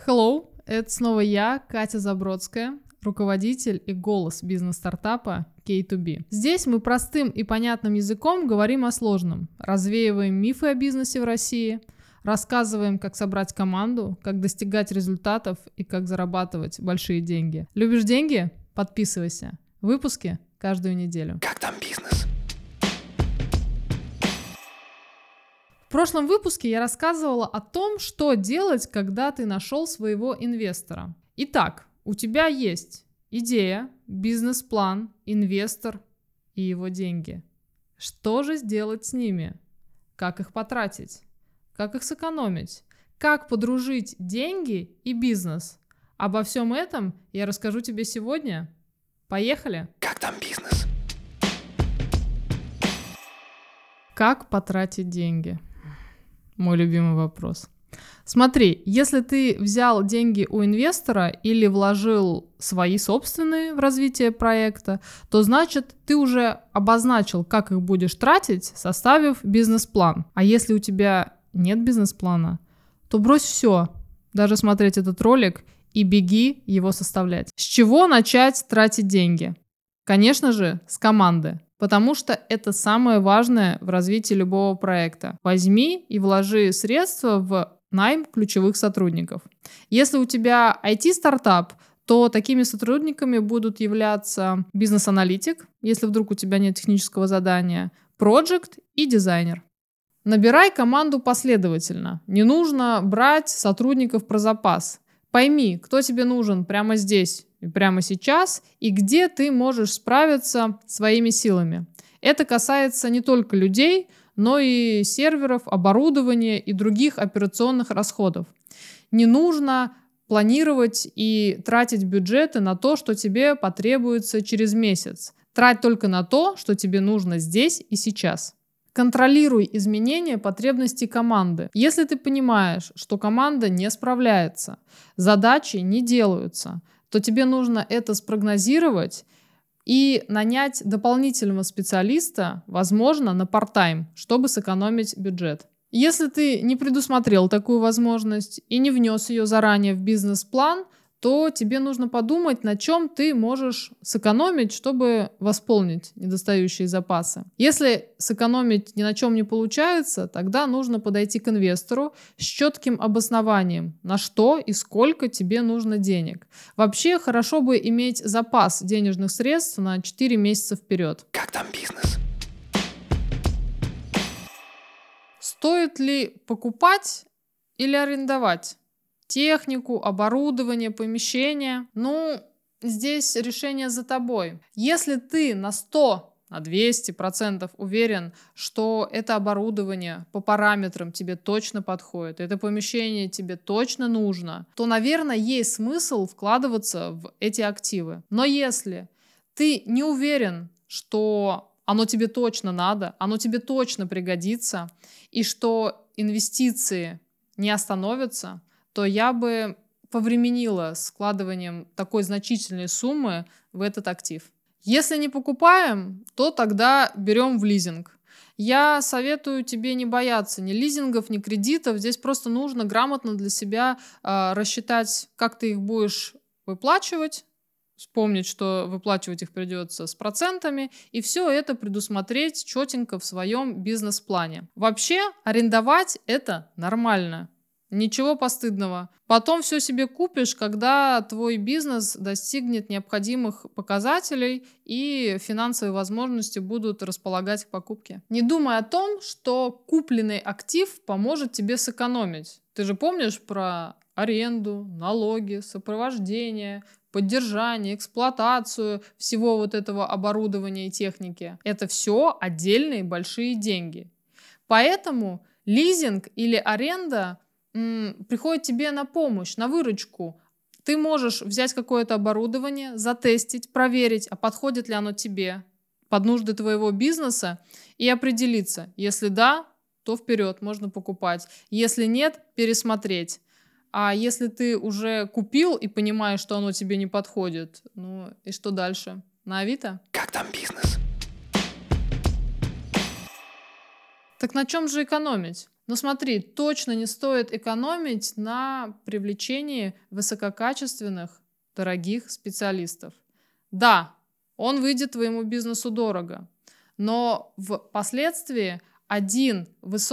Hello, это снова я, Катя Забродская, руководитель и голос бизнес-стартапа K2B. Здесь мы простым и понятным языком говорим о сложном, развеиваем мифы о бизнесе в России, рассказываем, как собрать команду, как достигать результатов и как зарабатывать большие деньги. Любишь деньги? Подписывайся. Выпуски каждую неделю. Как там бизнес? В прошлом выпуске я рассказывала о том, что делать, когда ты нашел своего инвестора. Итак, у тебя есть идея, бизнес-план, инвестор и его деньги. Что же сделать с ними? Как их потратить? Как их сэкономить? Как подружить деньги и бизнес? Обо всем этом я расскажу тебе сегодня. Поехали! Как там бизнес? Как потратить деньги? Мой любимый вопрос. Смотри, если ты взял деньги у инвестора или вложил свои собственные в развитие проекта, то значит ты уже обозначил, как их будешь тратить, составив бизнес-план. А если у тебя нет бизнес-плана, то брось все, даже смотреть этот ролик, и беги его составлять. С чего начать тратить деньги? Конечно же, с команды. Потому что это самое важное в развитии любого проекта. Возьми и вложи средства в найм ключевых сотрудников. Если у тебя IT-стартап, то такими сотрудниками будут являться бизнес-аналитик, если вдруг у тебя нет технического задания, проджект и дизайнер. Набирай команду последовательно. Не нужно брать сотрудников про запас. Пойми, кто тебе нужен прямо здесь и прямо сейчас, и где ты можешь справиться своими силами. Это касается не только людей, но и серверов, оборудования и других операционных расходов. Не нужно планировать и тратить бюджеты на то, что тебе потребуется через месяц. Трать только на то, что тебе нужно здесь и сейчас. Контролируй изменения потребностей команды. Если ты понимаешь, что команда не справляется, задачи не делаются, то тебе нужно это спрогнозировать и нанять дополнительного специалиста, возможно, на part-time, чтобы сэкономить бюджет. Если ты не предусмотрел такую возможность и не внес ее заранее в бизнес-план, то тебе нужно подумать, на чем ты можешь сэкономить, чтобы восполнить недостающие запасы. Если сэкономить ни на чем не получается, тогда нужно подойти к инвестору с четким обоснованием, на что и сколько тебе нужно денег. Вообще, хорошо бы иметь запас денежных средств на 4 месяца вперед. Как там бизнес? Стоит ли покупать или арендовать технику, оборудование, помещение? Здесь решение за тобой. Если ты на 100, на 200% уверен, что это оборудование по параметрам тебе точно подходит, это помещение тебе точно нужно, то, наверное, есть смысл вкладываться в эти активы. Но если ты не уверен, что оно тебе точно надо, оно тебе точно пригодится, и что инвестиции не остановятся, то я бы повременила с вкладыванием такой значительной суммы в этот актив. Если не покупаем, то тогда берем в лизинг. Я советую тебе не бояться ни лизингов, ни кредитов. Здесь просто нужно грамотно для себя рассчитать, как ты их будешь выплачивать, вспомнить, что выплачивать их придется с процентами, и все это предусмотреть четенько в своем бизнес-плане. Вообще, арендовать это нормально. Ничего постыдного. Потом все себе купишь, когда твой бизнес достигнет необходимых показателей и финансовые возможности будут располагать к покупке. Не думай о том, что купленный актив поможет тебе сэкономить. Ты же помнишь про аренду, налоги, сопровождение, поддержание, эксплуатацию всего вот этого оборудования и техники. Это все отдельные большие деньги. Поэтому лизинг или аренда приходит тебе на помощь, на выручку. Ты можешь взять какое-то оборудование, затестить, проверить, а подходит ли оно тебе под нужды твоего бизнеса и определиться. Если да, то вперед, можно покупать. Если нет, пересмотреть. А если ты уже купил и понимаешь, что оно тебе не подходит, и что дальше? На Авито? Как там бизнес? Так на чем же экономить? Но смотри, точно не стоит экономить на привлечении высококачественных, дорогих специалистов. Да, он выйдет твоему бизнесу дорого, но впоследствии один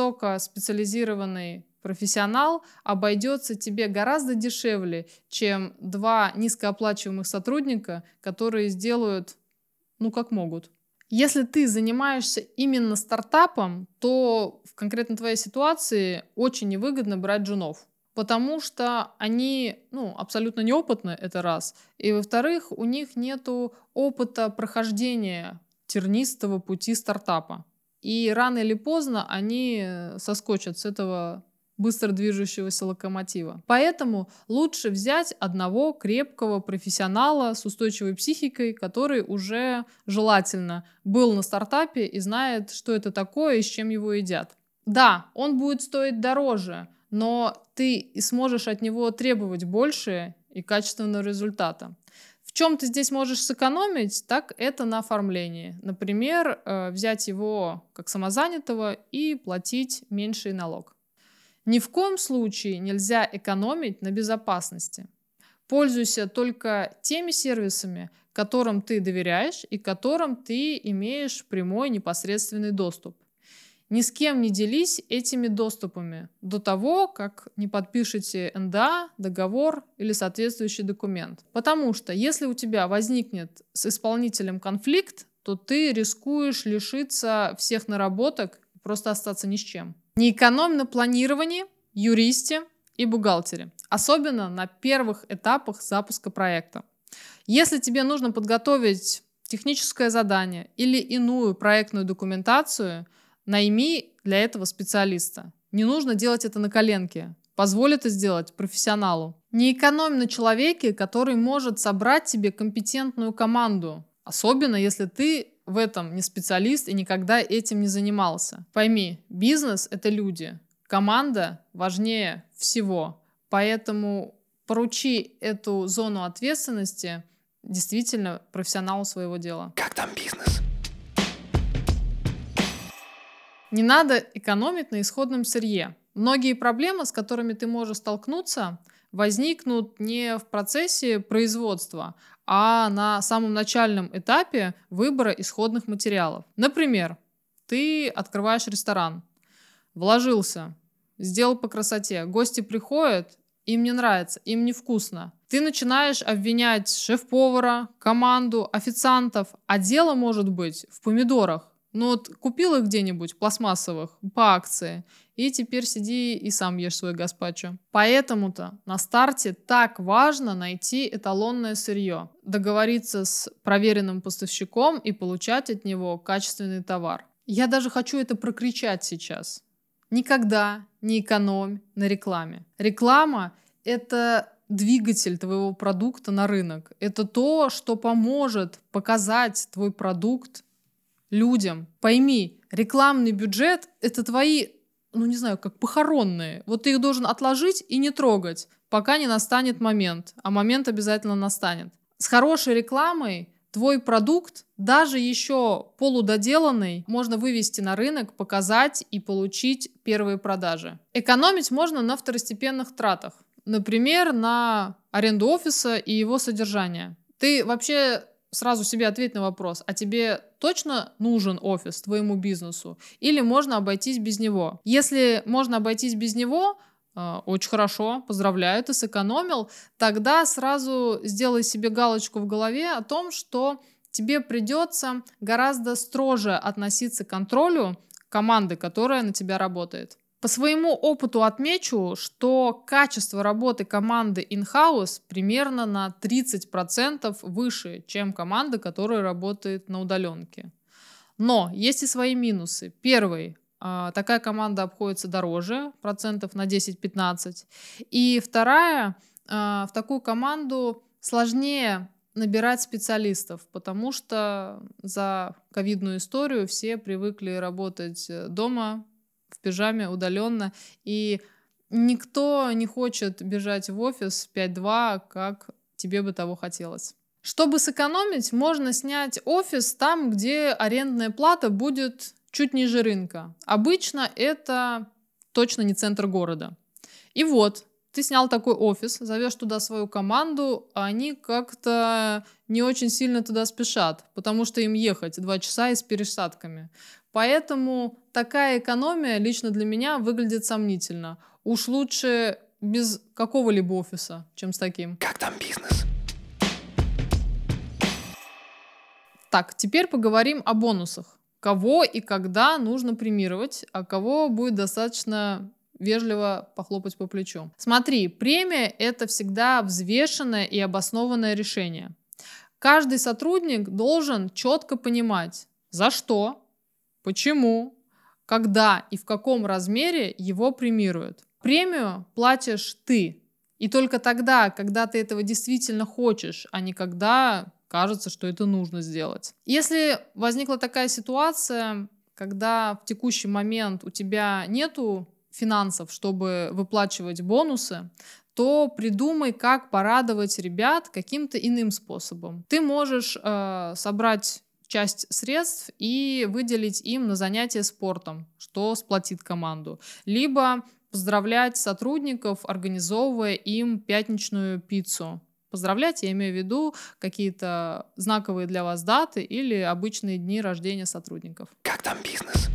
высокоспециализированный профессионал обойдется тебе гораздо дешевле, чем два низкооплачиваемых сотрудника, которые сделают, ну, как могут. Если ты занимаешься именно стартапом, то в конкретно твоей ситуации очень невыгодно брать джунов, потому что они, ну, абсолютно неопытны, это раз, и во-вторых, у них нету опыта прохождения тернистого пути стартапа. И рано или поздно они соскочат с этого быстро движущегося локомотива. Поэтому лучше взять одного крепкого профессионала с устойчивой психикой, который уже желательно был на стартапе и знает, что это такое и с чем его едят. Да, он будет стоить дороже, но ты и сможешь от него требовать больше и качественного результата. В чем ты здесь можешь сэкономить, так это на оформлении. Например, взять его как самозанятого и платить меньший налог. Ни в коем случае нельзя экономить на безопасности. Пользуйся только теми сервисами, которым ты доверяешь и к которым ты имеешь прямой непосредственный доступ. Ни с кем не делись этими доступами до того, как не подпишете НДА, договор или соответствующий документ. Потому что если у тебя возникнет с исполнителем конфликт, то ты рискуешь лишиться всех наработок и просто остаться ни с чем. Не экономь на планировании, юристе и бухгалтере, особенно на первых этапах запуска проекта. Если тебе нужно подготовить техническое задание или иную проектную документацию, найми для этого специалиста. Не нужно делать это на коленке. Позволь это сделать профессионалу. Не экономь на человеке, который может собрать тебе компетентную команду, особенно если ты в этом не специалист и никогда этим не занимался. Пойми, бизнес – это люди. Команда важнее всего. Поэтому поручи эту зону ответственности действительно профессионалу своего дела. Как там бизнес? Не надо экономить на исходном сырье. Многие проблемы, с которыми ты можешь столкнуться, возникнут не в процессе производства, а на самом начальном этапе выбора исходных материалов. Например, ты открываешь ресторан, вложился, сделал по красоте, гости приходят, им не нравится, им невкусно. Ты начинаешь обвинять шеф-повара, команду, официантов, а дело может быть в помидорах. Ну вот купил их где-нибудь пластмассовых по акции, и теперь сиди и сам ешь свой гаспачо. Поэтому-то на старте так важно найти эталонное сырье, договориться с проверенным поставщиком и получать от него качественный товар. Я даже хочу это прокричать сейчас. Никогда не экономь на рекламе. Реклама – это двигатель твоего продукта на рынок. Это то, что поможет показать твой продукт людям. Пойми, рекламный бюджет – это твои, ну не знаю, как похоронные. Вот ты их должен отложить и не трогать, пока не настанет момент. А момент обязательно настанет. С хорошей рекламой твой продукт, даже еще полудоделанный, можно вывести на рынок, показать и получить первые продажи. Экономить можно на второстепенных тратах. Например, на аренду офиса и его содержание. Ты вообще сразу себе ответь на вопрос, а тебе точно нужен офис твоему бизнесу или можно обойтись без него? Если можно обойтись без него, очень хорошо, поздравляю, ты сэкономил, тогда сразу сделай себе галочку в голове о том, что тебе придется гораздо строже относиться к контролю команды, которая на тебя работает. По своему опыту отмечу, что качество работы команды in-house примерно на 30% выше, чем команда, которая работает на удаленке. Но есть и свои минусы. Первый. Такая команда обходится дороже, процентов на 10-15. И вторая. В такую команду сложнее набирать специалистов, потому что за ковидную историю все привыкли работать дома, в пижаме, удаленно, и никто не хочет бежать в офис 5-2, как тебе бы того хотелось. Чтобы сэкономить, можно снять офис там, где арендная плата будет чуть ниже рынка. Обычно это точно не центр города. И вот, ты снял такой офис, зовешь туда свою команду, а они как-то не очень сильно туда спешат, потому что им ехать 2 часа и с пересадками. Поэтому такая экономия лично для меня выглядит сомнительно. Уж лучше без какого-либо офиса, чем с таким. Как там бизнес? Так, теперь поговорим о бонусах. Кого и когда нужно премировать, а кого будет достаточно вежливо похлопать по плечу. Смотри, премия — это всегда взвешенное и обоснованное решение. Каждый сотрудник должен четко понимать, за что, почему, когда и в каком размере его премируют. Премию платишь ты. И только тогда, когда ты этого действительно хочешь, а не когда кажется, что это нужно сделать. Если возникла такая ситуация, когда в текущий момент у тебя нету финансов, чтобы выплачивать бонусы, то придумай, как порадовать ребят каким-то иным способом. Ты можешь собрать часть средств и выделить им на занятия спортом, что сплотит команду. Либо поздравлять сотрудников, организовывая им пятничную пиццу. Поздравлять, я имею в виду какие-то знаковые для вас даты или обычные дни рождения сотрудников. Как там бизнес?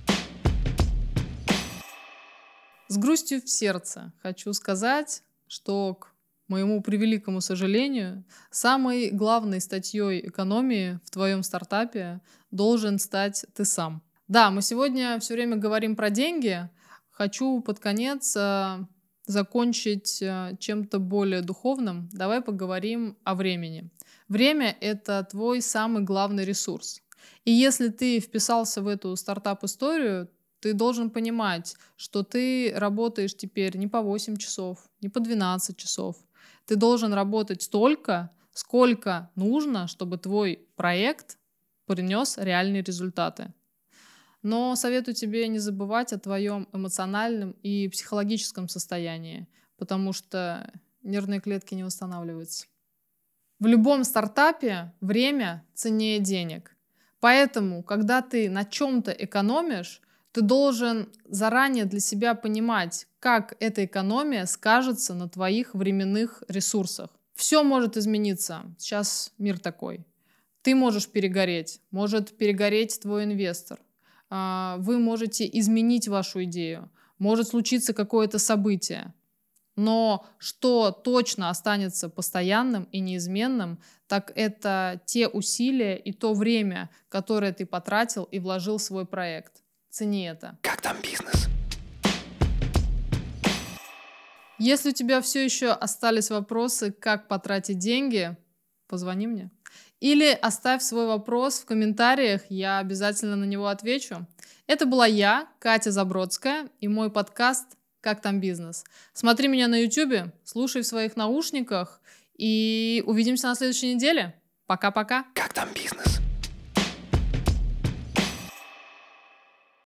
С грустью в сердце хочу сказать, что, к моему превеликому сожалению, самой главной статьей экономии в твоем стартапе должен стать ты сам. Да, мы сегодня все время говорим про деньги. Хочу под конец закончить чем-то более духовным. Давай поговорим о времени. Время — это твой самый главный ресурс. И если ты вписался в эту стартап-историю, ты должен понимать, что ты работаешь теперь не по 8 часов, не по 12 часов. Ты должен работать столько, сколько нужно, чтобы твой проект принес реальные результаты. Но советую тебе не забывать о твоем эмоциональном и психологическом состоянии, потому что нервные клетки не восстанавливаются. В любом стартапе время ценнее денег. Поэтому, когда ты на чем-то экономишь, ты должен заранее для себя понимать, как эта экономия скажется на твоих временных ресурсах. Все может измениться. Сейчас мир такой. Ты можешь перегореть, может перегореть твой инвестор. Вы можете изменить вашу идею. Может случиться какое-то событие. Но что точно останется постоянным и неизменным, так это те усилия и то время, которое ты потратил и вложил в свой проект. Цени это. Как там бизнес? Если у тебя все еще остались вопросы, как потратить деньги, позвони мне. Или оставь свой вопрос в комментариях, я обязательно на него отвечу. Это была я, Катя Забродская, и мой подкаст «Как там бизнес?». Смотри меня на YouTube, слушай в своих наушниках, и увидимся на следующей неделе. Пока-пока. Как там бизнес?